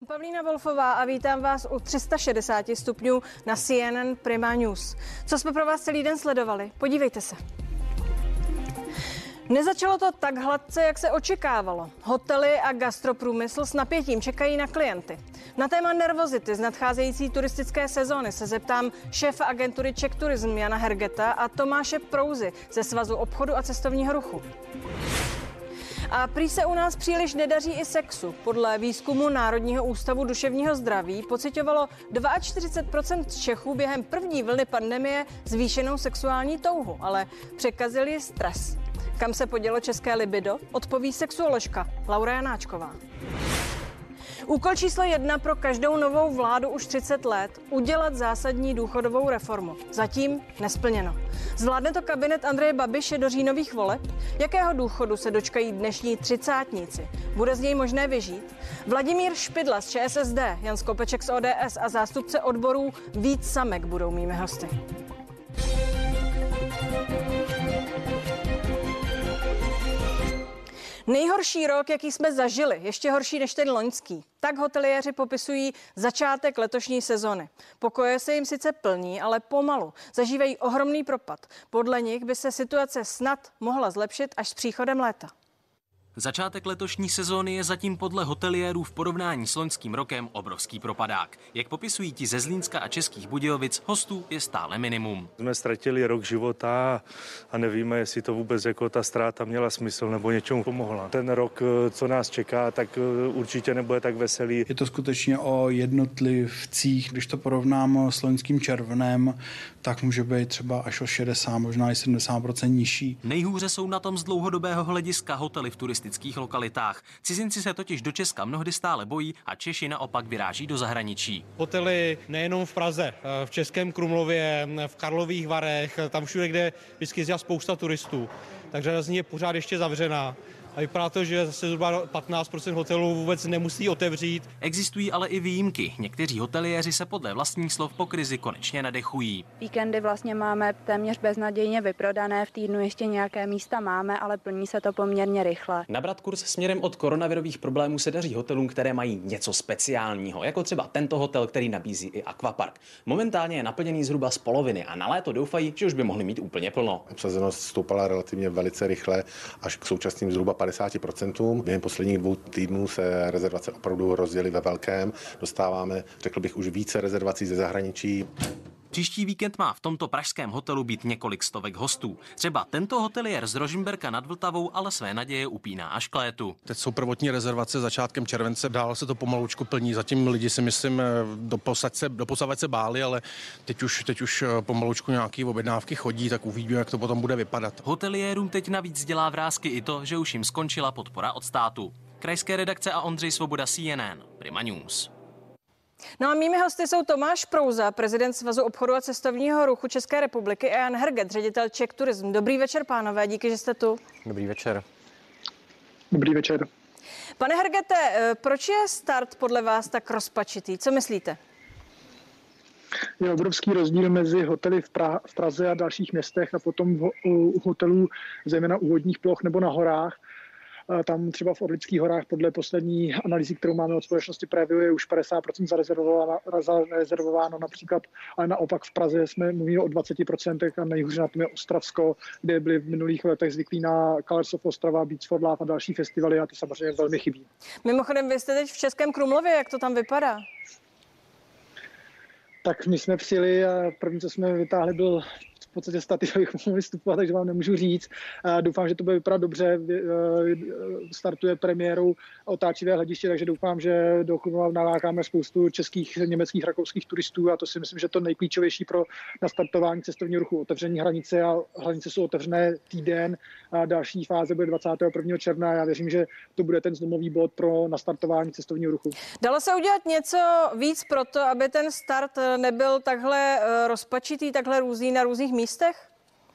Pavlína Wolfová a vítám vás u 360 stupňů na CNN Prima News. Co jsme pro vás celý den sledovali? Podívejte se. Nezačalo to tak hladce, jak se očekávalo. Hotely a gastroprůmysl s napětím čekají na klienty. Na téma nervozity z nadcházející turistické sezóny se zeptám šéfa agentury Czech Tourism Jana Hergeta a Tomáše Prouzy ze Svazu obchodu a cestovního ruchu. A prý se u nás příliš nedaří i sexu. Podle výzkumu Národního ústavu duševního zdraví pociťovalo 42% Čechů během první vlny pandemie zvýšenou sexuální touhu, ale překazil ji stres. Kam se podělo české libido? Odpoví sexuoložka Laura Janáčková. Úkol číslo 1 pro každou novou vládu už 30 let – udělat zásadní důchodovou reformu. Zatím nesplněno. Zvládne to kabinet Andreje Babiše do říjnových voleb? Jakého důchodu se dočkají dnešní třicátníci? Bude z něj možné vyžít? Vladimír Špidla z ČSSD, Jan Skopeček z ODS a zástupce odborů Vít Samek budou mými hosty. Nejhorší rok, jaký jsme zažili, ještě horší než ten loňský. Tak hoteliéři popisují začátek letošní sezony. Pokoje se jim sice plní, ale pomalu. Zažívají ohromný propad. Podle nich by se situace snad mohla zlepšit až s příchodem léta. Začátek letošní sezóny je zatím podle hoteliérů v porovnání s loňským rokem obrovský propadák. Jak popisují ti ze Zlínska a Českých Budějovic, hostů je stále minimum. Jsme ztratili rok života a nevíme, jestli to vůbec jako ta ztráta měla smysl nebo něčemu pomohla. Ten rok, co nás čeká, tak určitě nebude tak veselý. Je to skutečně o jednotlivcích. Když to porovnám s loňským červnem, tak může být třeba až o 60, možná i 70% nižší. Nejhůře jsou na tom z dlouhodobého hlediska hotely v turistických lokalitách. Cizinci se totiž do Česka mnohdy stále bojí a Češi naopak vyráží do zahraničí. Hotely nejenom v Praze, v Českém Krumlově, v Karlových Varech, tam všude, kde vždycky jezdí spousta turistů. Takže řada z ní je pořád ještě zavřená. A vypadá to, že zase zhruba 15% hotelů vůbec nemusí otevřít. Existují ale i výjimky. Někteří hoteliéři se podle vlastních slov po krizi konečně nadechují. Víkendy vlastně máme téměř beznadějně vyprodané, v týdnu ještě nějaké místa máme, ale plní se to poměrně rychle. Nabrat kurz směrem od koronavirových problémů se daří hotelům, které mají něco speciálního, jako třeba tento hotel, který nabízí i akvapark. Momentálně je naplněný zhruba z poloviny a na léto doufají, že už by mohli mít úplně plno. Obsazenost stoupala relativně velice rychle až k současným zhruba 50%. Během posledních 2 týdnů se rezervace opravdu rozděly ve velkém. Dostáváme, řekl bych, už více rezervací ze zahraničí. Příští víkend má v tomto pražském hotelu být několik stovek hostů. Třeba tento hoteliér z Rožmberka nad Vltavou ale své naděje upíná až k létu. Teď jsou prvotní rezervace začátkem července, dál se to pomalučku plní. Zatím lidi si myslím doposavat se báli, ale teď už pomalučku nějaké objednávky chodí, tak uvidíme, jak to potom bude vypadat. Hoteliérům teď navíc dělá vrásky i to, že už jim skončila podpora od státu. Krajské redakce a Ondřej Svoboda, CNN Prima News. No a mými hosty jsou Tomáš Prouza, prezident Svazu obchodu a cestovního ruchu České republiky, a Jan Herget, ředitel Czech Tourism. Dobrý večer, pánové, díky, že jste tu. Dobrý večer. Dobrý večer. Pane Hergete, proč je start podle vás tak rozpačitý? Co myslíte? Je obrovský rozdíl mezi hotely v Praze a dalších městech a potom u hotelů, zejména u vodních ploch nebo na horách. Tam třeba v Orlických horách podle poslední analýzy, kterou máme od společnosti Preview, je už 50% zarezervováno například, ale naopak v Praze jsme mluvili o 20% a nejhůře na tom je Ostravsko, kde byli v minulých letech zvyklí na Colors of Ostrava, Beach for Love a další festivaly a ty samozřejmě velmi chybí. Mimochodem, vy jste teď v Českém Krumlově, jak to tam vypadá? Tak my jsme přijeli a první, co jsme vytáhli, byl v podstatě stativ, abych mohl vystupovat, takže vám nemůžu říct. Doufám, že to bude vypadat dobře. Startuje premiérou otáčivé hlediště, takže doufám, že do Krumlova nalákáme spoustu českých, německých, rakouských turistů a to si myslím, že to nejklíčovější pro nastartování cestovního ruchu. Otevření hranice a hranice jsou otevřené týden a další fáze bude 21. června a já věřím, že to bude ten zlomový bod pro nastartování cestovního ruchu. Dalo se udělat něco víc pro to, aby ten start nebyl takhle rozpačitý, takhle různý na různých místech?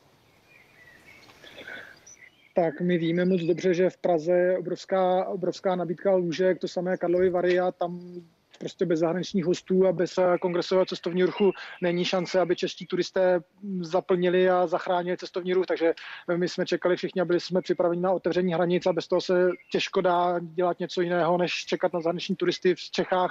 Tak my víme moc dobře, že v Praze je obrovská nabídka lůžek, to samé Karlovy Vary a tam prostě bez zahraničních hostů a bez kongresového cestovního ruchu není šance, aby čeští turisté zaplnili a zachránili cestovní ruch, takže my jsme čekali všichni a byli jsme připraveni na otevření hranic a bez toho se těžko dá dělat něco jiného, než čekat na zahraniční turisty. V Čechách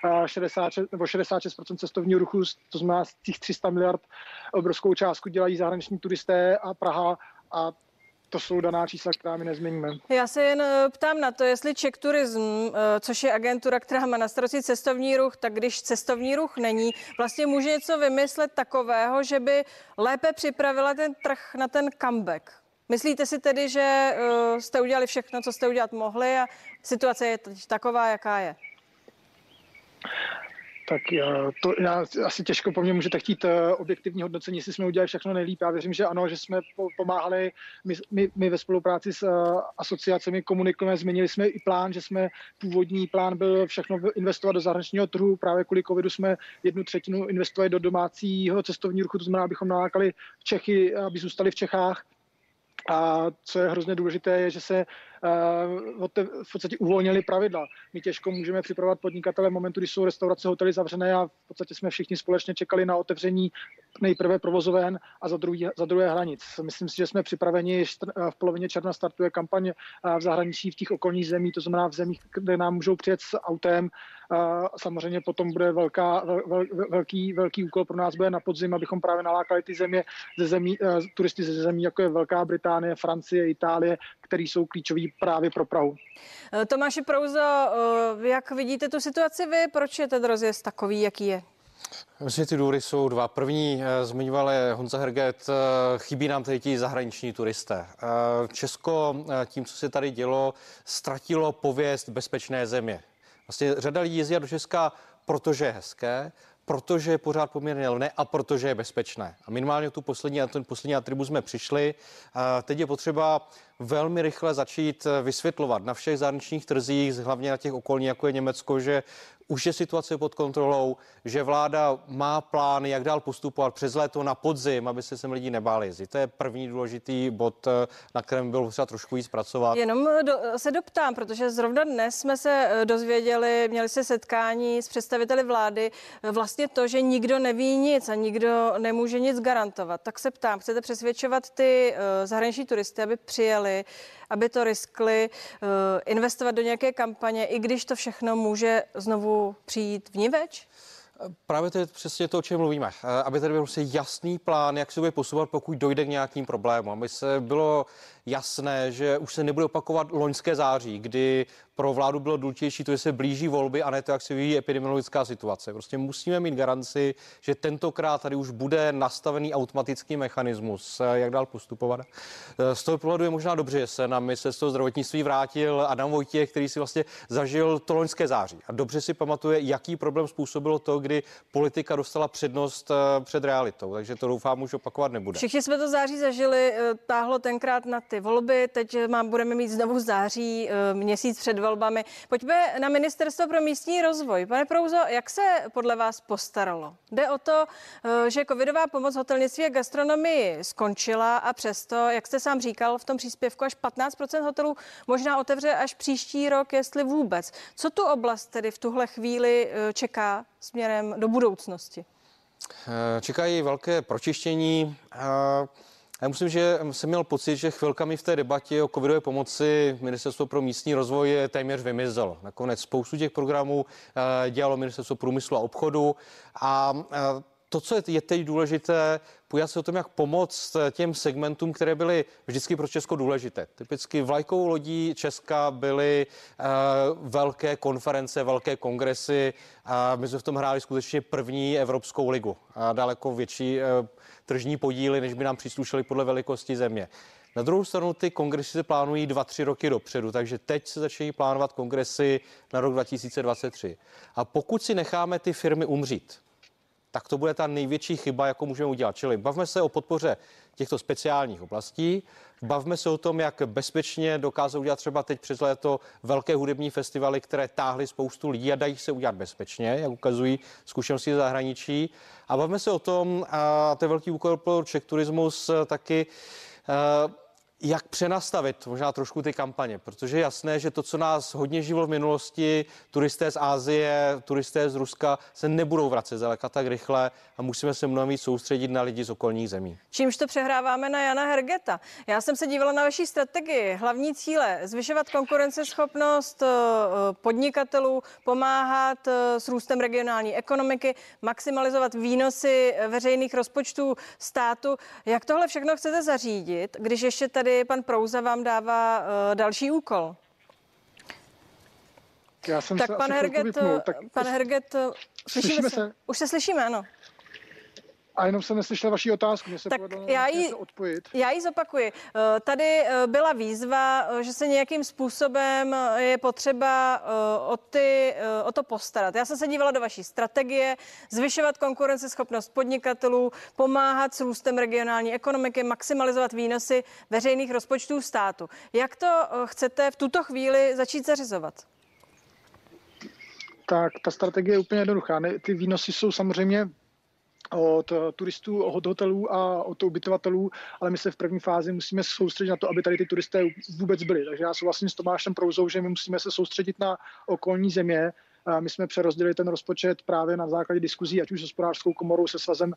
66% cestovního ruchu, to znamená z těch 300 miliard obrovskou částku dělají zahraniční turisté a Praha a to jsou daná čísla, která my nezměníme. Já se jen ptám na to, jestli Czech Tourism, což je agentura, která má na starosti cestovní ruch, tak když cestovní ruch není, vlastně může něco vymyslet takového, že by lépe připravila ten trh na ten comeback. Myslíte si tedy, že jste udělali všechno, co jste udělat mohli a situace je teď taková, jaká je? Tak já asi těžko po mně můžete chtít objektivní hodnocení, jestli jsme udělali všechno nejlíp. Já věřím, že ano, že jsme pomáhali. My ve spolupráci s asociacemi komunikujeme, změnili jsme i plán, že jsme původní plán byl všechno investovat do zahraničního trhu. Právě kvůli covidu jsme 1/3 investovali do domácího cestovního ruchu, to znamená, abychom nalákali Čechy, aby zůstali v Čechách. A co je hrozně důležité, je, že se v podstatě uvolnili pravidla. My těžko můžeme připravovat podnikatele v momentu, kdy jsou restaurace, hotely zavřené a v podstatě jsme všichni společně čekali na otevření nejprve provozoven a za druhé hranic. Myslím si, že jsme připraveni, v polovině června startuje kampaň v zahraničí v těch okolních zemích, to znamená v zemích, kde nám můžou přijet s autem. Samozřejmě potom bude velký úkol pro nás bude na podzim, abychom právě nalákali ty turisty ze zemí, jako je Velká Británie, Francie, Itálie, který jsou klíčoví právě pro Prahu. Tomáši Prouzo, jak vidíte tu situaci vy? Proč je ten rozjezd takový, jaký je? Myslím, že ty důvody jsou dva. První zmiňoval Honza Herget, chybí nám tady ti zahraniční turisté. Česko tím, co se tady dělo, ztratilo pověst bezpečné země. Vlastně řada lidí jezdí do Česka, protože je hezké, protože je pořád poměrně levné a protože je bezpečné. A minimálně ten poslední atribut jsme přišli. Teď je potřeba velmi rychle začít vysvětlovat na všech zahraničních trzích, hlavně na těch okolních, jako je Německo, že už je situace pod kontrolou, že vláda má plány, jak dál postupovat přes léto na podzim, aby se sem lidi nebáli jezdit. To je první důležitý bod, na kterém bylo třeba trošku víc pracovat. Jenom se doptám, protože zrovna dnes jsme se dozvěděli, měli se setkání s představiteli vlády, vlastně to, že nikdo neví nic a nikdo nemůže nic garantovat. Tak se ptám, chcete přesvědčovat ty zahraniční turisty, aby přijeli, aby to riskli, investovat do nějaké kampaně, i když to všechno může znovu přijít vniveč? Právě to je přesně to, o čem mluvíme. Aby tady byl prostě jasný plán, jak se bude posouvat, pokud dojde k nějakým problémům. Aby se bylo jasné, že už se nebude opakovat loňské září, kdy pro vládu bylo důležitější to, že se blíží volby a ne to, jak se vyvíjí epidemiologická situace. Prostě musíme mít garanci, že tentokrát tady už bude nastavený automatický mechanismus, jak dál postupovat. Z toho pohledu je možná dobře, že se na ministerstvo zdravotnictví vrátil Adam Vojtěch, který si vlastně zažil to loňské září a dobře si pamatuje, jaký problém způsobilo to, kdy politika dostala přednost před realitou. Takže to doufám už opakovat nebude. Všichni jsme to září zažili, táhlo tenkrát na ty volby, teď budeme mít znovu září, měsíc před volbami. Pojďme na Ministerstvo pro místní rozvoj. Pane Prouzo, jak se podle vás postaralo? Jde o to, že covidová pomoc hotelnictví a gastronomii skončila a přesto, jak jste sám říkal v tom příspěvku, až 15% hotelů možná otevře až příští rok, jestli vůbec. Co tu oblast tedy v tuhle chvíli čeká směrem do budoucnosti? Čekají velké pročištění. Já musím, že jsem měl pocit, že chvilkami v té debatě o covidové pomoci Ministerstvo pro místní rozvoj téměř vymizelo. Nakonec spoustu těch programů dělalo Ministerstvo průmyslu a obchodu a to, co je teď důležité, podívat se o tom, jak pomoct těm segmentům, které byly vždycky pro Česko důležité. Typicky vlajkovou lodí Česka byly velké konference, velké kongresy a my jsme v tom hráli skutečně první Evropskou ligu a daleko větší tržní podíly, než by nám příslušely podle velikosti země. Na druhou stranu ty kongresy se plánují 2-3 roky dopředu, takže teď se začínají plánovat kongresy na rok 2023. A pokud si necháme ty firmy umřít, tak to bude ta největší chyba, jakou můžeme udělat. Čili bavme se o podpoře těchto speciálních oblastí, bavme se o tom, jak bezpečně dokázou udělat třeba teď přes léto velké hudební festivaly, které táhly spoustu lidí a dají se udělat bezpečně, jak ukazují zkušenosti z zahraničí. A bavme se o tom, a to je velký úkol pro Czech Tourismus taky, jak přenastavit možná trošku ty kampaně, protože je jasné, že to, co nás hodně živilo v minulosti, turisté z Asie, turisté z Ruska se nebudou vracet zdaleka tak rychle a musíme se mnohem víc soustředit na lidi z okolních zemí. Čímž to přehráváme na Jana Hergeta. Já jsem se dívala na vaší strategii. Hlavní cíle: zvyšovat konkurenceschopnost podnikatelů, pomáhat s růstem regionální ekonomiky, maximalizovat výnosy veřejných rozpočtů státu. Jak tohle všechno chcete zařídit, když ještě tady pan Prouza vám dává další úkol? Tak pan Herget, slyšíme se? Už se slyšíme, ano. A jenom jsem neslyšel vaši otázku, mě se tak povedalo odpojit. Já ji zopakuji. Tady byla výzva, že se nějakým způsobem je potřeba o to postarat. Já jsem se dívala do vaší strategie: zvyšovat konkurenceschopnost podnikatelů, pomáhat s růstem regionální ekonomiky, maximalizovat výnosy veřejných rozpočtů státu. Jak to chcete v tuto chvíli začít zařizovat? Tak ta strategie je úplně jednoduchá. Ty výnosy jsou samozřejmě od turistů, od hotelů a od ubytovatelů, ale my se v první fázi musíme soustředit na to, aby tady ty turisté vůbec byli. Takže já souhlasím s Tomášem Prouzou, že my musíme se soustředit na okolní země. My jsme přerozdělili ten rozpočet právě na základě diskuzí, ať už s Hospodářskou komorou, se svazem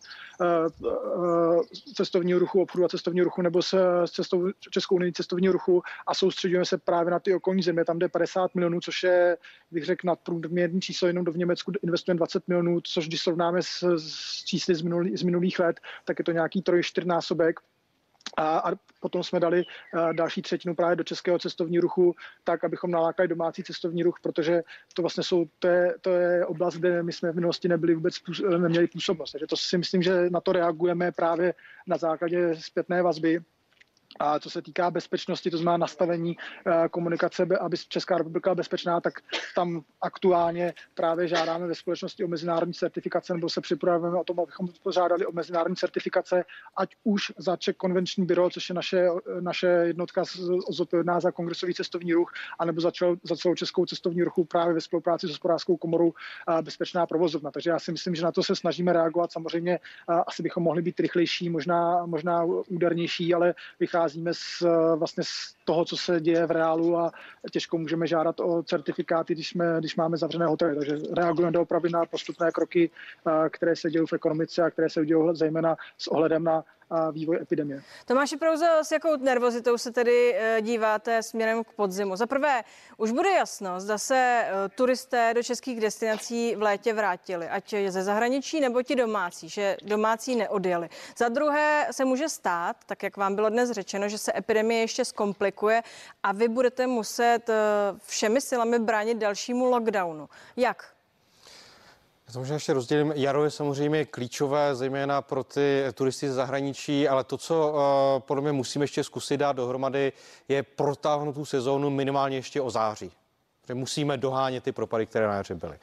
cestovního ruchu, obchodu a cestovního ruchu, nebo s Českou unii cestovního ruchu, a soustředujeme se právě na ty okolní země. Tam jde 50 milionů, což je, bych řekl, nadprůměrný číslo. Jenom v Německu investujeme 20 milionů, což když srovnáme s čísly z minulých let, tak je to nějaký 3-4násobek. A potom jsme dali další třetinu právě do českého cestovního ruchu, tak, abychom nalákali domácí cestovní ruch, protože to vlastně to je oblast, kde my jsme v minulosti neměli působnost. Takže to si myslím, že na to reagujeme právě na základě zpětné vazby. A co se týká bezpečnosti, to znamená nastavení komunikace, aby Česká republika byla bezpečná, tak tam aktuálně právě žádáme ve společnosti o mezinárodní certifikace, nebo se připravujeme o tom, abychom požádali o mezinárodní certifikace, ať už za Czech Convention Bureau, což je naše jednotka zodpovědná za kongresový cestovní ruch, anebo za celou českou cestovní ruchu právě ve spolupráci s Hospodářskou komorou bezpečná provozovna. Takže já si myslím, že na to se snažíme reagovat. Samozřejmě asi bychom mohli být rychlejší, možná údernější, ale vycházíme vlastně z toho, co se děje v reálu, a těžko můžeme žádat o certifikáty, když máme zavřené hotely. Takže reagujeme doopravdy na postupné kroky, které se dějí v ekonomice a které se dějí zejména s ohledem na vývoj epidemie. Tomáši Prouzo, s jakou nervozitou se tedy díváte směrem k podzimu? Za prvé, už bude jasno, zda se turisté do českých destinací v létě vrátili, ať ze zahraničí nebo ti domácí, že domácí neodjeli. Za druhé se může stát, tak jak vám bylo dnes řečeno, že se epidemie ještě zkomplikuje a vy budete muset všemi silami bránit dalšímu lockdownu. Jak? Já to možná ještě rozdělím. Jaro je samozřejmě klíčové, zejména pro ty turisty ze zahraničí, ale to, co podle mě musíme ještě zkusit dát dohromady, je protáhnout tu sezónu minimálně ještě o září. Protože musíme dohánět ty propady, které na jaře byly.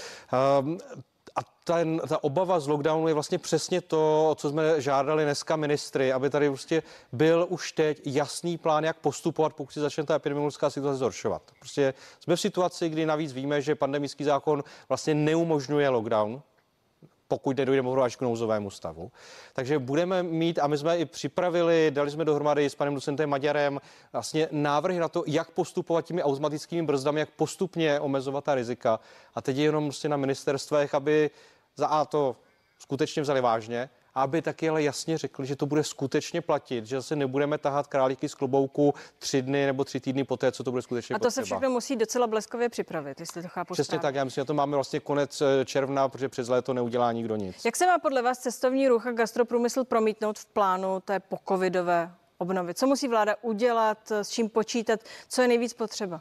A ta obava z lockdownu je vlastně přesně to, co jsme žádali dneska ministry, aby tady prostě byl už teď jasný plán, jak postupovat, pokud se začne ta epidemiologická situace zhoršovat. Prostě jsme v situaci, kdy navíc víme, že pandemický zákon vlastně neumožňuje lockdown, pokud nedojde až k nouzovému stavu. Takže budeme mít, a my jsme i připravili, dali jsme dohromady s panem docentem Maďarem vlastně návrhy na to, jak postupovat těmi automatickými brzdami, jak postupně omezovat ta rizika. A teď je jenom prostě na ministerstvech, aby za A to skutečně vzali vážně, a aby taky ale jasně řekli, že to bude skutečně platit, že zase nebudeme tahat králíky z klobouku 3 dny nebo 3 týdny poté, co to bude skutečně potřeba. A to se všechno musí docela bleskově připravit, jestli to chápu Přesně správně. tak, já myslím, že to máme vlastně konec června, protože přes léto neudělá nikdo nic. Jak se má podle vás cestovní ruch a gastroprůmysl promítnout v plánu té pocovidové obnovy? Co musí vláda udělat, s čím počítat, co je nejvíc potřeba?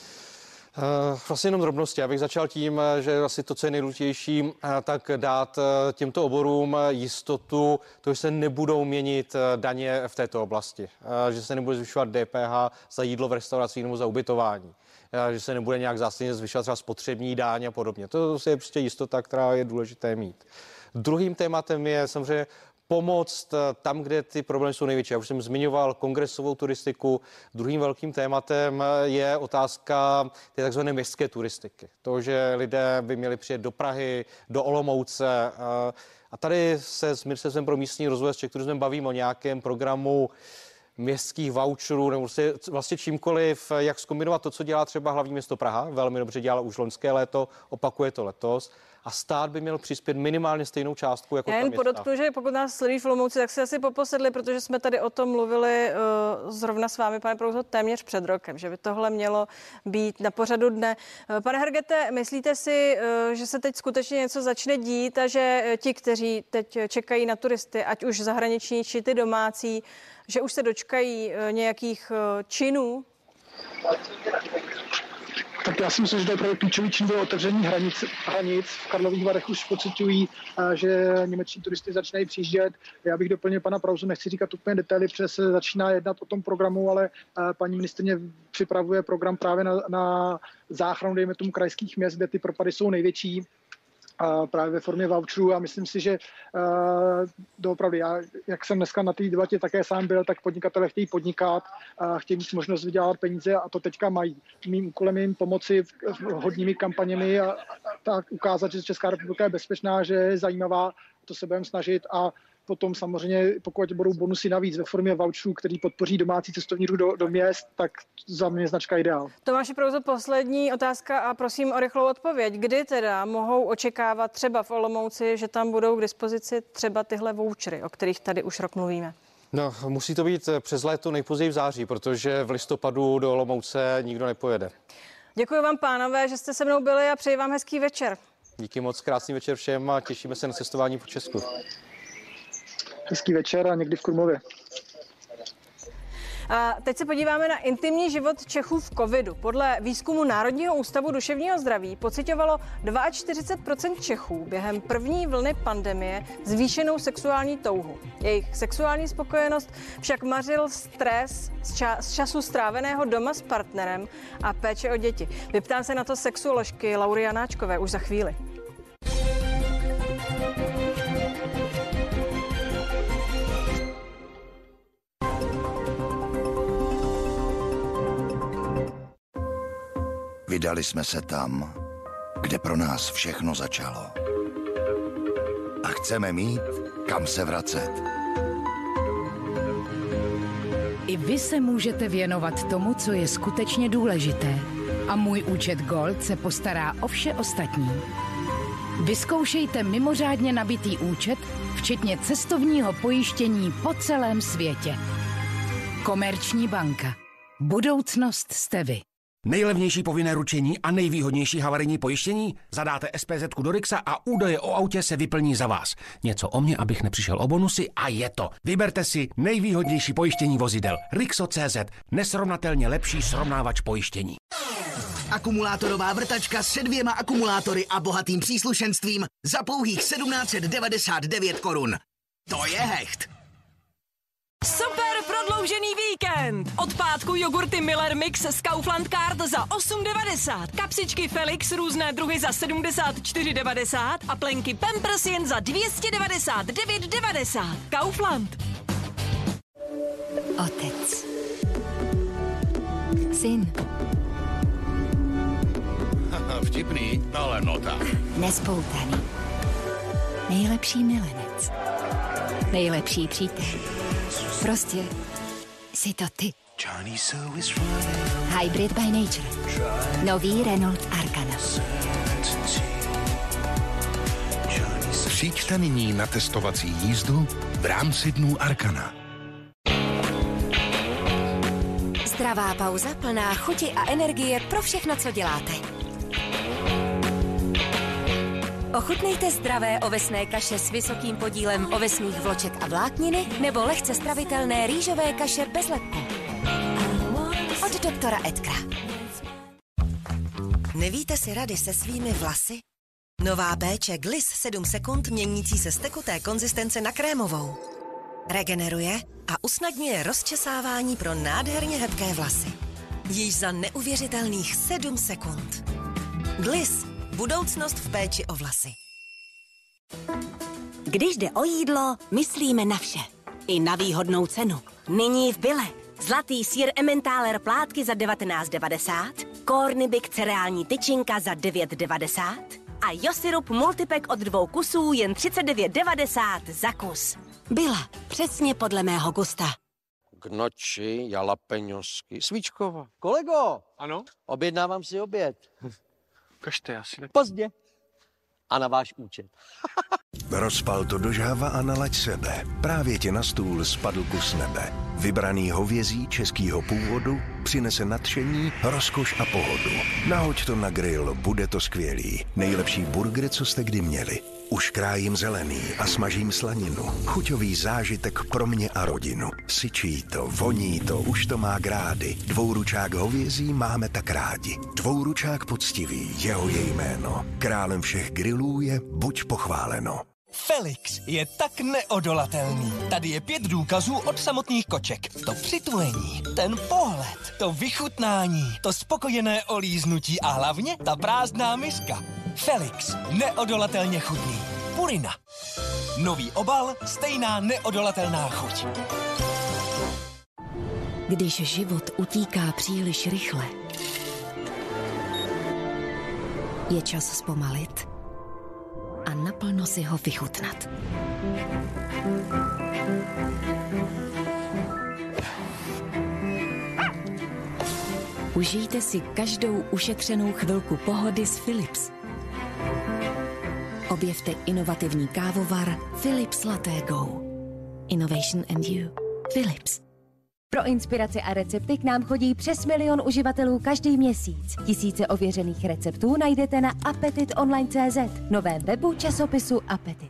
Vlastně jenom drobnosti. Já bych začal tím, že asi to, co je nejdůležitější, tak dát těmto oborům jistotu, to, že se nebudou měnit daně v této oblasti, že se nebude zvyšovat DPH za jídlo v restauracích nebo za ubytování, že se nebude nějak zásadně zvyšovat třeba spotřební daň a podobně. To je prostě jistota, která je důležité mít. Druhým tématem je samozřejmě pomoct tam, kde ty problémy jsou největší. Já už jsem zmiňoval kongresovou turistiku. Druhým velkým tématem je otázka té takzvané městské turistiky. To, že lidé by měli přijet do Prahy, do Olomouce. A tady se s Ministerstvem pro místní rozvoj s Czech Turismem bavím o nějakém programu městských voucherů nebo vlastně čímkoliv, jak zkombinovat to, co dělá třeba hlavní město Praha, velmi dobře dělalo už loňské léto, opakuje to letos. A stát by měl přispět minimálně stejnou částku jako ta města. Podotknu, že pokud nás sledují v Olomouci, tak si asi poposedli, protože jsme tady o tom mluvili zrovna s vámi, pane Prouzo, téměř před rokem, že by tohle mělo být na pořadu dne. Pane Hergete, myslíte si, že se teď skutečně něco začne dít a že ti, kteří teď čekají na turisty, ať už zahraniční či ty domácí, že už se dočkají nějakých činů? Tak já si myslím, že to je právě klíčový čin do otevření hranic. V Karlových Varech už pociťují, že němečtí turisty začínají přijíždět. Já bych doplnil pana Prouzu, nechci říkat úplně detaily, protože se začíná jednat o tom programu, ale paní ministryně připravuje program právě na záchranu, dejme tomu, krajských měst, kde ty propady jsou největší. Právě ve formě voucherů a myslím si, že doopravdy, já, jak jsem dneska na té debatě také sám byl, tak podnikatelé chtějí podnikat, chtějí mít možnost vydělat peníze a to teďka mají. Mým úkolem je jim pomoci hodnými kampaněmi a tak ukázat, že Česká republika je bezpečná, že je zajímavá, to se budeme snažit a potom samozřejmě, pokud budou bonusy navíc ve formě voucherů, který podpoří domácí cestovní ruch do měst, tak za mě značka ideál. Tomáši Prouzo, poslední otázka a prosím o rychlou odpověď. Kdy teda mohou očekávat třeba v Olomouci, že tam budou k dispozici třeba tyhle vouchery, o kterých tady už rok mluvíme? No, musí to být přes léto, nejpozději v září, protože v listopadu do Olomouce nikdo nepojede. Děkuji vám, pánové, že jste se mnou byli a přeji vám hezký večer. Díky moc, krásný večer všem a těšíme se na cestování po Česku. Hezký večer a někdy v Krumlově. A teď se podíváme na intimní život Čechů v covidu. Podle výzkumu Národního ústavu duševního zdraví pociťovalo 42% Čechů během první vlny pandemie zvýšenou sexuální touhu. Jejich sexuální spokojenost však mařil stres z času stráveného doma s partnerem a péče o děti. Vyptám se na to sexuoložky Laury Janáčkové už za chvíli. Vydali jsme se tam, kde pro nás všechno začalo. A chceme mít kam se vracet. I vy se můžete věnovat tomu, co je skutečně důležité. A můj účet Gold se postará o vše ostatní. Vyzkoušejte mimořádně nabitý účet, včetně cestovního pojištění po celém světě. Komerční banka. Budoucnost jste vy. Nejlevnější povinné ručení a nejvýhodnější havarijní pojištění? Zadáte SPZ-ku do Rixa a údaje o autě se vyplní za vás. Něco o mě, abych nepřišel o bonusy a je to. Vyberte si nejvýhodnější pojištění vozidel. Rixo.cz. Nesrovnatelně lepší srovnávač pojištění. Akumulátorová vrtačka se 2 akumulátory a bohatým příslušenstvím za pouhých 1799 korun. To je hecht. Super prodloužený víkend! Od pátku jogurty Miller Mix z Kaufland Card za 8,90, kapsičky Felix různé druhy za 74,90 a plenky Pampers jen za 299,90. Kaufland. Otec. Syn. Vtipný, ale no tak. Nespoutaný. Nejlepší milenec. Nejlepší přítel. Prostě jsi to ty. Hybrid by Nature. Nový Renault Arkana. Přijďte nyní na testovací jízdu v rámci dnů Arkana. Zdravá pauza plná chuti a energie pro všechno, co děláte. Ochutnejte zdravé ovesné kaše s vysokým podílem ovesných vloček a vlákniny nebo lehce stravitelné rýžové kaše bez lepku. Od doktora Edgara. Nevíte si rady se svými vlasy? Nová péče Gliss 7 sekund měnící se z tekuté konzistence na krémovou. Regeneruje a usnadňuje rozčesávání pro nádherně hebké vlasy. Již za neuvěřitelných 7 sekund. Gliss. Budoucnost v péči o vlasy. Když jde o jídlo, myslíme na vše. I na výhodnou cenu. Nyní v Bile. Zlatý sýr Emmentaler plátky za 19,90, Cornibik cereální tyčinka za 9,90 a Josirup multipack od 2 kusů jen 39,90 za kus. Bile. Přesně podle mého gusta. k noči jalapeňosky. Svíčková. Kolego! Ano? Objednávám si oběd. Kažte, asi ne. Pozdě. A na váš účet. Rozpal to do žhava a nalaď sebe. Právě ti na stůl spadl kus nebe. Vybraný hovězí českýho původu přinese nadšení, rozkoš a pohodu. Nahoď to na grill, bude to skvělý. Nejlepší burger, co jste kdy měli. Už krájím zelený a smažím slaninu. Chuťový zážitek pro mě a rodinu. Syčí to, voní to, už to má grády. Dvouručák hovězí máme tak rádi. Dvouručák poctivý, jeho je jméno. Králem všech grillů je buď pochváleno. Felix je tak neodolatelný. Tady je 5 důkazů od samotných koček. To přitulení, ten pohled, to vychutnání, to spokojené olíznutí a hlavně ta prázdná miska. Felix, neodolatelně chutný. Purina. Nový obal, stejná neodolatelná chuť. Když život utíká příliš rychle, je čas zpomalit a naplno si ho vychutnat. Užijte si každou ušetřenou chvilku pohody s Philips. Objevte inovativní kávovar Philips Latte Go. Innovation and you. Philips. Pro inspiraci a recepty k nám chodí přes 1 milion uživatelů každý měsíc. Tisíce ověřených receptů najdete na appetitonline.cz, novém webu časopisu Appetit.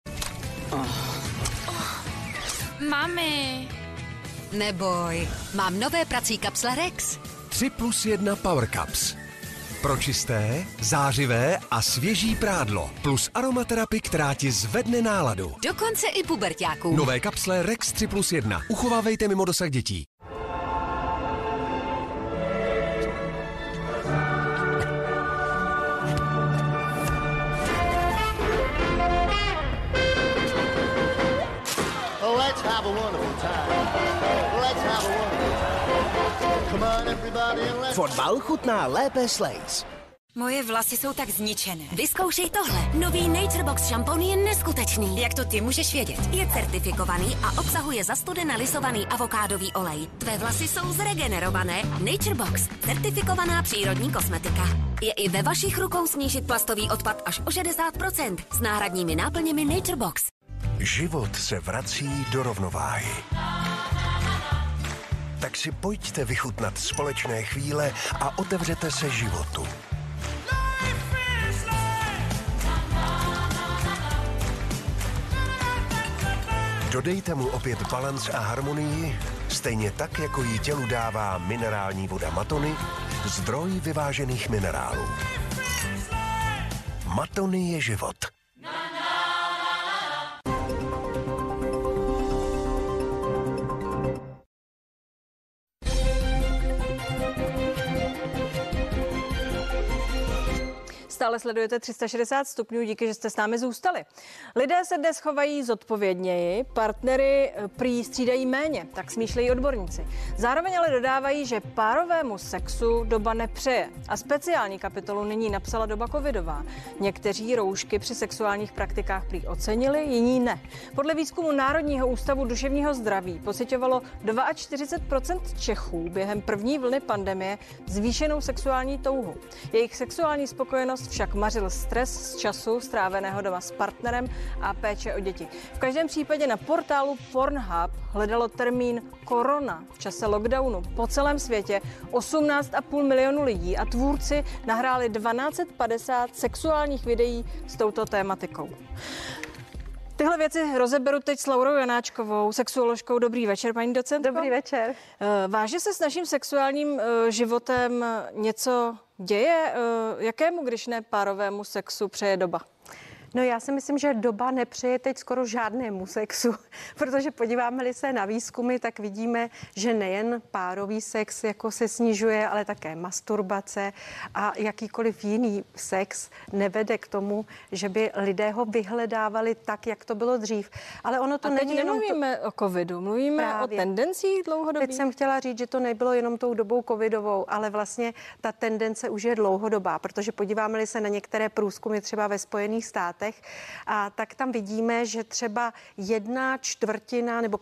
Mami. Neboj, mám nové prací kapsle Rex. 3+1 Power Cups. Pro čisté, zářivé a svěží prádlo. Plus aromaterapie, která ti zvedne náladu. Dokonce i puberťáků. Nové kapsle Rex 3+1. Uchovávejte mimo dosah dětí. Let's have a wonderful time. Let's have a wonderful time. Come on everybody and let's... Fotbal chutná lépe s Lays. Moje vlasy jsou tak zničené. Vyzkoušej tohle. Nový Naturebox šampon je neskutečný. Jak to ty můžeš vědět? Je certifikovaný a obsahuje zastudenalisovaný avokádový olej. Tvé vlasy jsou zregenerované. Naturebox. Certifikovaná přírodní kosmetika. Je i ve vašich rukou snížit plastový odpad až o 60% s náhradními náplněmi Naturebox. Život se vrací do rovnováhy. Tak si pojďte vychutnat společné chvíle a otevřete se životu. Dodejte mu opět balanc a harmonii, stejně tak, jako jí tělu dává minerální voda Matony, zdroj vyvážených minerálů. Matony je život. Stále sledujete 360 stupňů, díky, že jste s námi zůstali. Lidé se dnes chovají zodpovědněji, partnery prý střídají méně, tak smýšlejí odborníci. Zároveň ale dodávají, že párovému sexu doba nepřeje. A speciální kapitolu nyní napsala doba covidová. Někteří roušky při sexuálních praktikách prý ocenili, jiní ne. Podle výzkumu Národního ústavu duševního zdraví pociťovalo 42% Čechů během první vlny pandemie zvýšenou sexuální touhu. Jejich sexuální spokojenost však mařil stres z času stráveného doma s partnerem a péče o děti. V každém případě na portálu Pornhub hledalo termín korona v čase lockdownu po celém světě 18,5 milionu lidí a tvůrci nahráli 1250 sexuálních videí s touto tématikou. Tyhle věci rozeberu teď s Laurou Janáčkovou, sexuoložkou. Dobrý večer, paní docentko. Dobrý večer. Vážně se s naším sexuálním životem něco děje? Jakému, když ne párovému sexu, přeje doba? No já si myslím, že doba nepřeje teď skoro žádnému sexu, protože podíváme-li se na výzkumy, tak vidíme, že nejen párový sex jako se snižuje, ale také masturbace a jakýkoliv jiný sex nevede k tomu, že by lidé ho vyhledávali tak, jak to bylo dřív. Ale ono to a není teď nemluvíme o covidu, mluvíme právě o tendencích dlouhodobých. Teď jsem chtěla říct, že to nebylo jenom tou dobou covidovou, ale vlastně ta tendence už je dlouhodobá, protože podíváme-li se na některé průzkumy třeba ve Spojených státech, státech, a tak tam vidíme, že třeba 1/4 nebo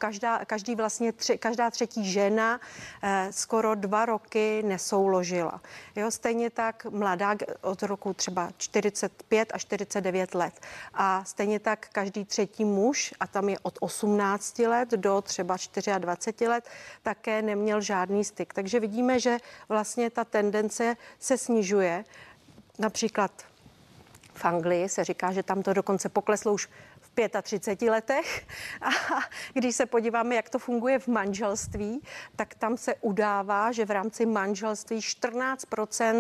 každá třetí žena skoro 2 roky nesouložila. Jo, stejně tak mladá od roku třeba 45 až 49 let. A stejně tak každý třetí muž, a tam je od 18 let do třeba 24 let, také neměl žádný styk. Takže vidíme, že vlastně ta tendence se snižuje. Například v Anglii se říká, že tam to dokonce pokleslo už v 35 letech. A když se podíváme, jak to funguje v manželství, tak tam se udává, že v rámci manželství 14%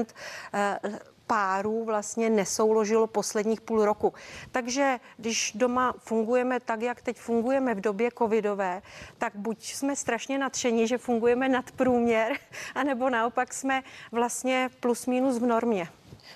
párů vlastně nesouložilo posledních půl roku. Takže když doma fungujeme tak, jak teď fungujeme v době covidové, tak buď jsme strašně nadšení, že fungujeme nad průměr, anebo naopak jsme vlastně plus minus v normě.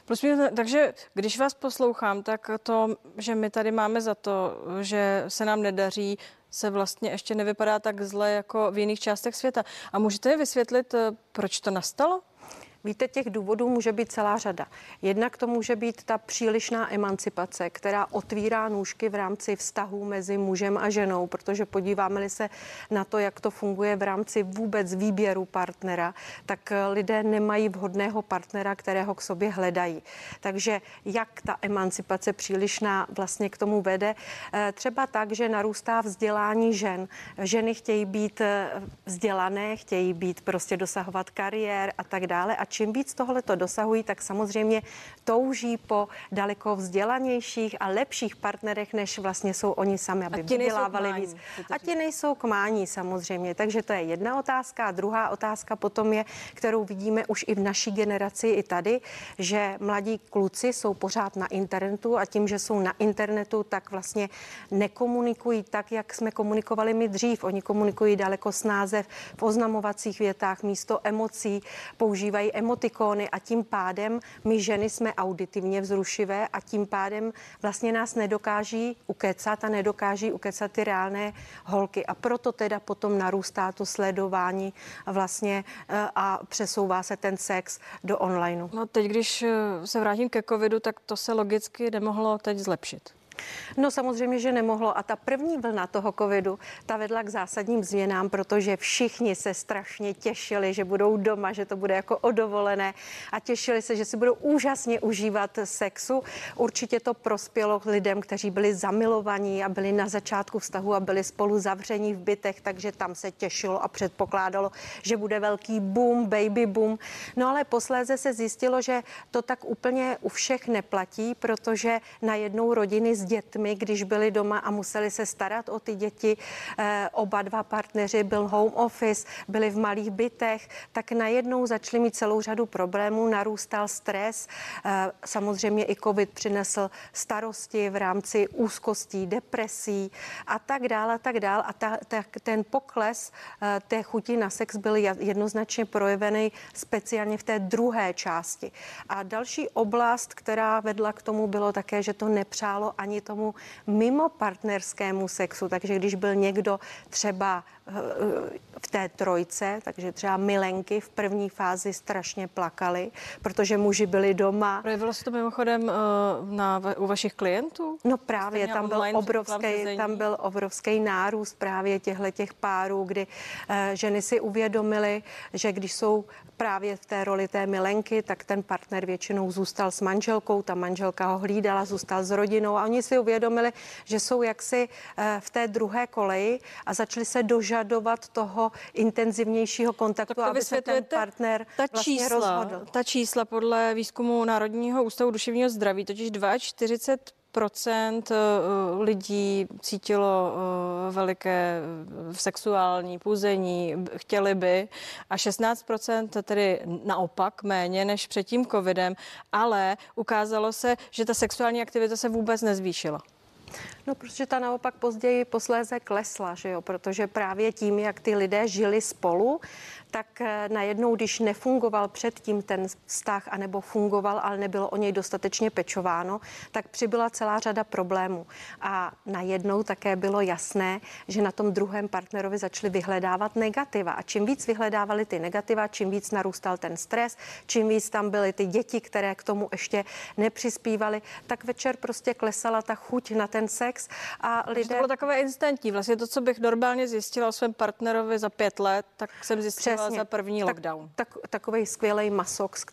Takže když vás poslouchám, tak to, že my tady máme za to, že se nám nedaří, se vlastně ještě nevypadá tak zle jako v jiných částech světa. A můžete mi vysvětlit, proč to nastalo? Víte, těch důvodů může být celá řada. Jednak to může být ta přílišná emancipace, která otvírá nůžky v rámci vztahů mezi mužem a ženou, protože podíváme-li se na to, jak to funguje v rámci vůbec výběru partnera, tak lidé nemají vhodného partnera, kterého k sobě hledají. Takže jak ta emancipace přílišná vlastně k tomu vede? Třeba tak, že narůstá vzdělání žen. Ženy chtějí být vzdělané, chtějí být prostě dosahovat kariér a tak dále. A čím víc tohleto dosahují, tak samozřejmě touží po daleko vzdělanějších a lepších partnerech, než vlastně jsou oni sami, aby vydělávali víc. A ti nejsou k mání samozřejmě. Takže to je jedna otázka. A druhá otázka potom je, kterou vidíme už i v naší generaci, i tady, že mladí kluci jsou pořád na internetu a tím, že jsou na internetu, tak vlastně nekomunikují tak, jak jsme komunikovali my dřív. Oni komunikují daleko snáze v oznamovacích větách, místo emocí používají emotikony a tím pádem my ženy jsme auditivně vzrušivé a tím pádem vlastně nás nedokáží ukecat a nedokáží ukecat ty reálné holky. A proto teda potom narůstá to sledování vlastně a přesouvá se ten sex do onlineu. No teď, když se vrátím ke covidu, tak to se logicky nemohlo teď zlepšit. No samozřejmě, že nemohlo. A ta první vlna toho covidu, ta vedla k zásadním změnám, protože všichni se strašně těšili, že budou doma, že to bude jako o dovolené a těšili se, že si budou úžasně užívat sexu. Určitě to prospělo lidem, kteří byli zamilovaní a byli na začátku vztahu a byli spolu zavření v bytech, takže tam se těšilo a předpokládalo, že bude velký boom, baby boom. No ale posléze se zjistilo, že to tak úplně u všech neplatí, protože najednou rodiny s dětmi, když byli doma a museli se starat o ty děti, oba dva partneři, byl home office, byli v malých bytech, tak najednou začali mít celou řadu problémů, narůstal stres, samozřejmě i covid přinesl starosti v rámci úzkostí, depresí a tak dál a ten pokles té chuti na sex byl jednoznačně projevený speciálně v té druhé části. A další oblast, která vedla k tomu, bylo také, že to nepřálo ani tomu mimo partnerskému sexu. Takže když byl někdo třeba v té trojce, takže třeba milenky v první fázi strašně plakali, protože muži byli doma. Projevilo se to mimochodem u vašich klientů? No právě, tam byl obrovský nárůst právě těch párů, kdy ženy si uvědomily, že když jsou právě v té roli té milenky, tak ten partner většinou zůstal s manželkou, ta manželka ho hlídala, zůstal s rodinou a oni si uvědomili, že jsou jaksi v té druhé koleji a začali se dožadovat toho intenzivnějšího kontaktu, aby se ten partner vlastně rozhodl. Ta čísla podle výzkumu Národního ústavu duševního zdraví, totiž 42% lidí cítilo veliké sexuální puzení, chtěli by, a 16% tedy naopak méně než před tím covidem, ale ukázalo se, že ta sexuální aktivita se vůbec nezvýšila. No, protože ta naopak později posléze klesla, že jo, protože právě tím, jak ty lidé žili spolu, tak najednou, když nefungoval předtím ten vztah, anebo fungoval, ale nebylo o něj dostatečně pečováno, tak přibyla celá řada problémů. A najednou také bylo jasné, že na tom druhém partnerovi začali vyhledávat negativa. A čím víc vyhledávali ty negativa, čím víc narůstal ten stres, čím víc tam byly ty děti, které k tomu ještě nepřispívaly, tak večer prostě klesala ta chuť na ten sex a lidé... To bylo takové instantní. Vlastně to, co bych normálně zjistila o svém partnerovi za 5 let, tak jsem zjistila Přesně. za první lockdown. Takový skvělý masox,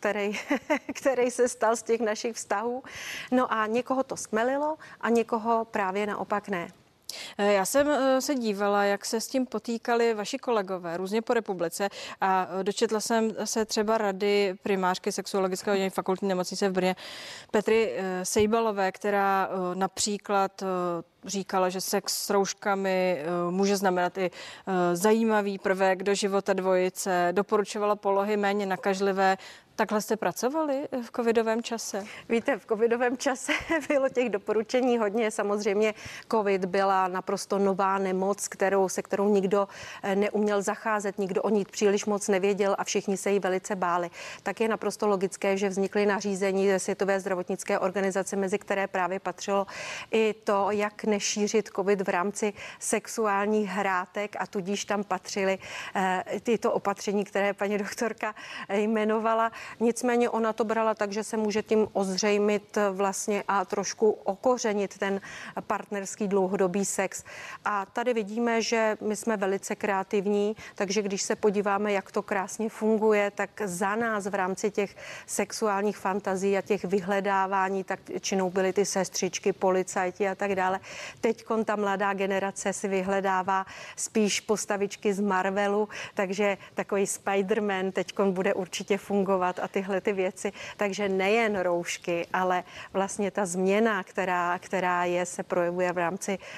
který se stal z těch našich vztahů. No a někoho to smelilo a někoho právě naopak ne. Já jsem se dívala, jak se s tím potýkali vaši kolegové různě po republice a dočetla jsem se třeba rady primářky sexuologického oddělení fakultní nemocnice v Brně Petry Sejbalové, která například říkala, že sex s rouškami může znamenat i zajímavý prvek do života dvojice, doporučovala polohy méně nakažlivé. Takhle jste pracovali v covidovém čase? Víte, v covidovém čase bylo těch doporučení hodně. Samozřejmě covid byla naprosto nová nemoc, se kterou nikdo neuměl zacházet, nikdo o ní příliš moc nevěděl a všichni se jí velice báli. Tak je naprosto logické, že vznikly nařízení ze Světové zdravotnické organizace, mezi které právě patřilo i to, jak nešířit covid v rámci sexuálních hrátek a tudíž tam patřily tyto opatření, které paní doktorka jmenovala. Nicméně ona to brala tak, že se může tím ozřejmit vlastně a trošku okořenit ten partnerský dlouhodobý sex. A tady vidíme, že my jsme velice kreativní, takže když se podíváme, jak to krásně funguje, tak za nás v rámci těch sexuálních fantazí a těch vyhledávání, tak většinou byly ty sestřičky, policajti a tak dále. Teďkon ta mladá generace si vyhledává spíš postavičky z Marvelu, takže takový Spider-Man teďkon bude určitě fungovat a tyhle ty věci. Takže nejen roušky, ale vlastně ta změna, která se projevuje v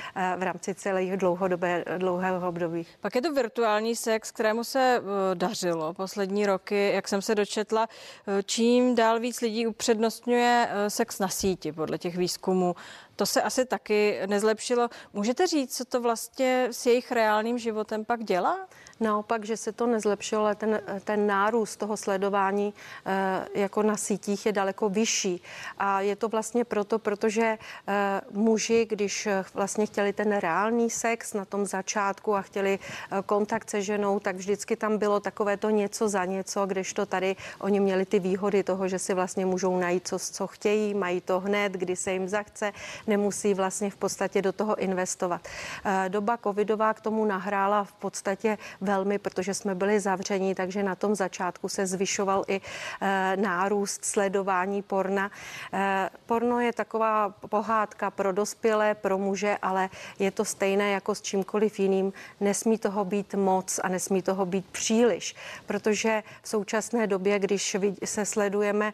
rámci celého dlouhého období. Pak je to virtuální sex, kterému se dařilo poslední roky, jak jsem se dočetla. Čím dál víc lidí upřednostňuje sex na síti podle těch výzkumů. To se asi taky nezlepšilo. Můžete říct, co to vlastně s jejich reálným životem pak dělá? Naopak, že se to nezlepšilo, ale ten nárůst toho sledování jako na sítích je daleko vyšší. A je to vlastně protože muži, když vlastně chtěli ten reálný sex na tom začátku a chtěli kontakt se ženou, tak vždycky tam bylo takové to něco za něco, kdežto tady oni měli ty výhody toho, že si vlastně můžou najít, co chtějí, mají to hned, kdy se jim zachce, nemusí vlastně v podstatě do toho investovat. Doba covidová k tomu nahrála v podstatě velmi, protože jsme byli zavření, takže na tom začátku se zvyšoval i nárůst sledování porna. Porno je taková pohádka pro dospělé, pro muže, ale je to stejné jako s čímkoliv jiným. Nesmí toho být moc a nesmí toho být příliš, protože v současné době, když se sledujeme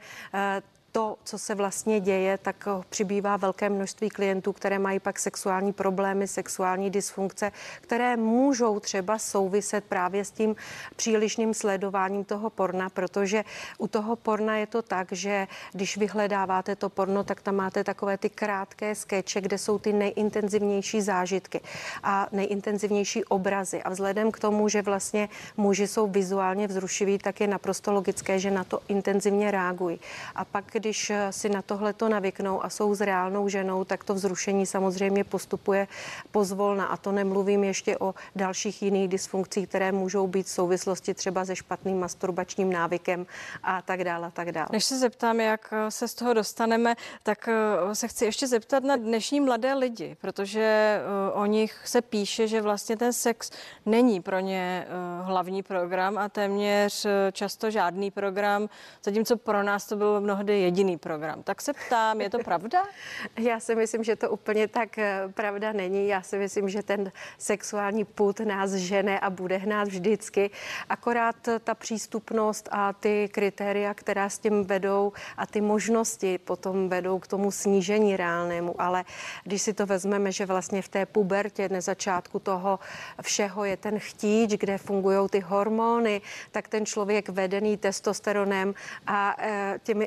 to, co se vlastně děje, tak přibývá velké množství klientů, které mají pak sexuální problémy, sexuální dysfunkce, které můžou třeba souviset právě s tím přílišným sledováním toho porna, protože u toho porna je to tak, že když vyhledáváte to porno, tak tam máte takové ty krátké skeče, kde jsou ty nejintenzivnější zážitky a nejintenzivnější obrazy. A vzhledem k tomu, že vlastně muži jsou vizuálně vzrušiví, tak je naprosto logické, že na to intenzivně reagují. A pak, když si na tohleto navyknou a jsou s reálnou ženou, tak to vzrušení samozřejmě postupuje pozvolna. A to nemluvím ještě o dalších jiných dysfunkcích, které můžou být v souvislosti třeba se špatným masturbačním návykem a tak dále, a tak dále. Než se zeptám, jak se z toho dostaneme, tak se chci ještě zeptat na dnešní mladé lidi, protože o nich se píše, že vlastně ten sex není pro ně hlavní program a téměř často žádný program, zatímco pro nás to byl mnohdy jediný program. Tak se ptám, je to pravda? Já si myslím, že to úplně tak pravda není. Já si myslím, že ten sexuální pud nás žene a bude hnát vždycky. Akorát ta přístupnost a ty kritéria, která s tím vedou a ty možnosti potom vedou k tomu snížení reálnému. Ale když si to vezmeme, že vlastně v té pubertě na začátku toho všeho je ten chtíč, kde fungují ty hormony, tak ten člověk vedený testosteronem a těmi estrogeny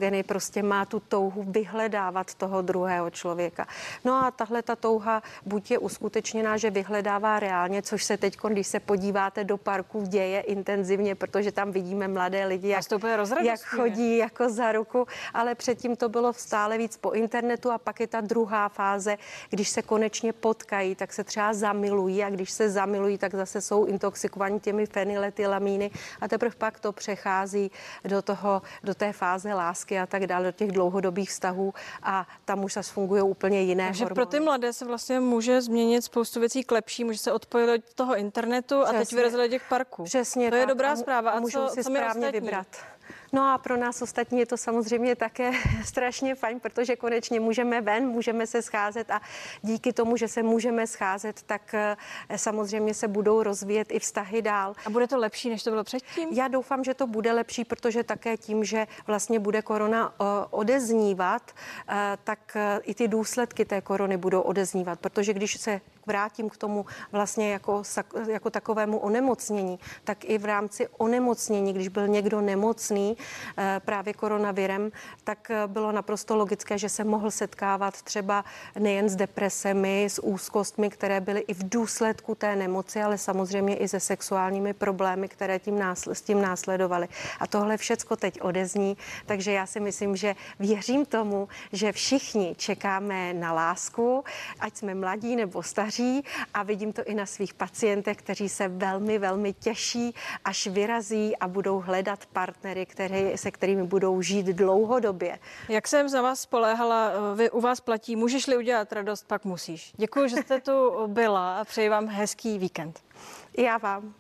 ženy prostě má tu touhu vyhledávat toho druhého člověka. No a tahle ta touha buď je uskutečněná, že vyhledává reálně, což se teď, když se podíváte do parku, děje intenzivně, protože tam vidíme mladé lidi, jak chodí jako za ruku, ale předtím to bylo stále víc po internetu a pak je ta druhá fáze, když se konečně potkají, tak se třeba zamilují a když se zamilují, tak zase jsou intoxikovaní těmi fenyletylamíny a teprve pak to přechází do té fáze lásky a tak dále, do těch dlouhodobých vztahů a tam už zase fungují úplně jiné Takže hormony. pro ty mladé se vlastně může změnit spoustu věcí k lepší, může se odpojit od toho internetu a teď vyrazili do těch parků. Přesně to je tak. dobrá zpráva. A můžou si správně vybrat. No a pro nás ostatní je to samozřejmě také strašně fajn, protože konečně můžeme ven, můžeme se scházet a díky tomu, že se můžeme scházet, tak samozřejmě se budou rozvíjet i vztahy dál. A bude to lepší, než to bylo předtím? Já doufám, že to bude lepší, protože také tím, že vlastně bude korona odeznívat, tak i ty důsledky té korony budou odeznívat, protože když se vrátím k tomu vlastně jako takovému onemocnění, tak i v rámci onemocnění, když byl někdo nemocný právě koronavirem, tak bylo naprosto logické, že se mohl setkávat třeba nejen s depresemi, s úzkostmi, které byly i v důsledku té nemoci, ale samozřejmě i se sexuálními problémy, které s tím následovaly. A tohle všecko teď odezní, takže já si myslím, že věřím tomu, že všichni čekáme na lásku, ať jsme mladí nebo staří, a vidím to i na svých pacientech, kteří se velmi, velmi těší, až vyrazí a budou hledat partnery, se kterými budou žít dlouhodobě. Jak jsem za vás spoléhala, u vás platí, můžeš-li udělat radost, pak musíš. Děkuji, že jste tu byla a přeji vám hezký víkend. Já vám.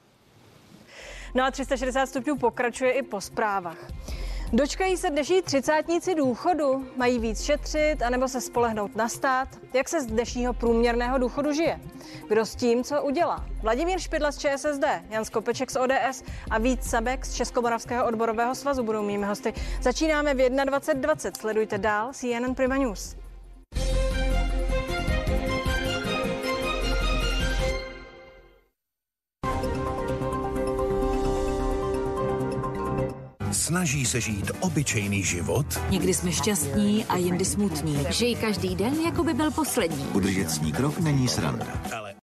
No a 360 stupňů pokračuje i po zprávách. Dočkají se dnešní třicátníci důchodu? Mají víc šetřit anebo se spolehnout na stát? Jak se z dnešního průměrného důchodu žije? Kdo s tím, co udělá? Vladimír Špidla z ČSSD, Jan Skopeček z ODS a Vít Sabek z Českomoravského odborového svazu budou mými hosty. Začínáme v 21:20. Sledujte dál CNN Prima News. Snaží se žít obyčejný život? Někdy jsme šťastní a jindy smutní. Žij každý den, jako by byl poslední. Udržet s ní krok není sranda. Ale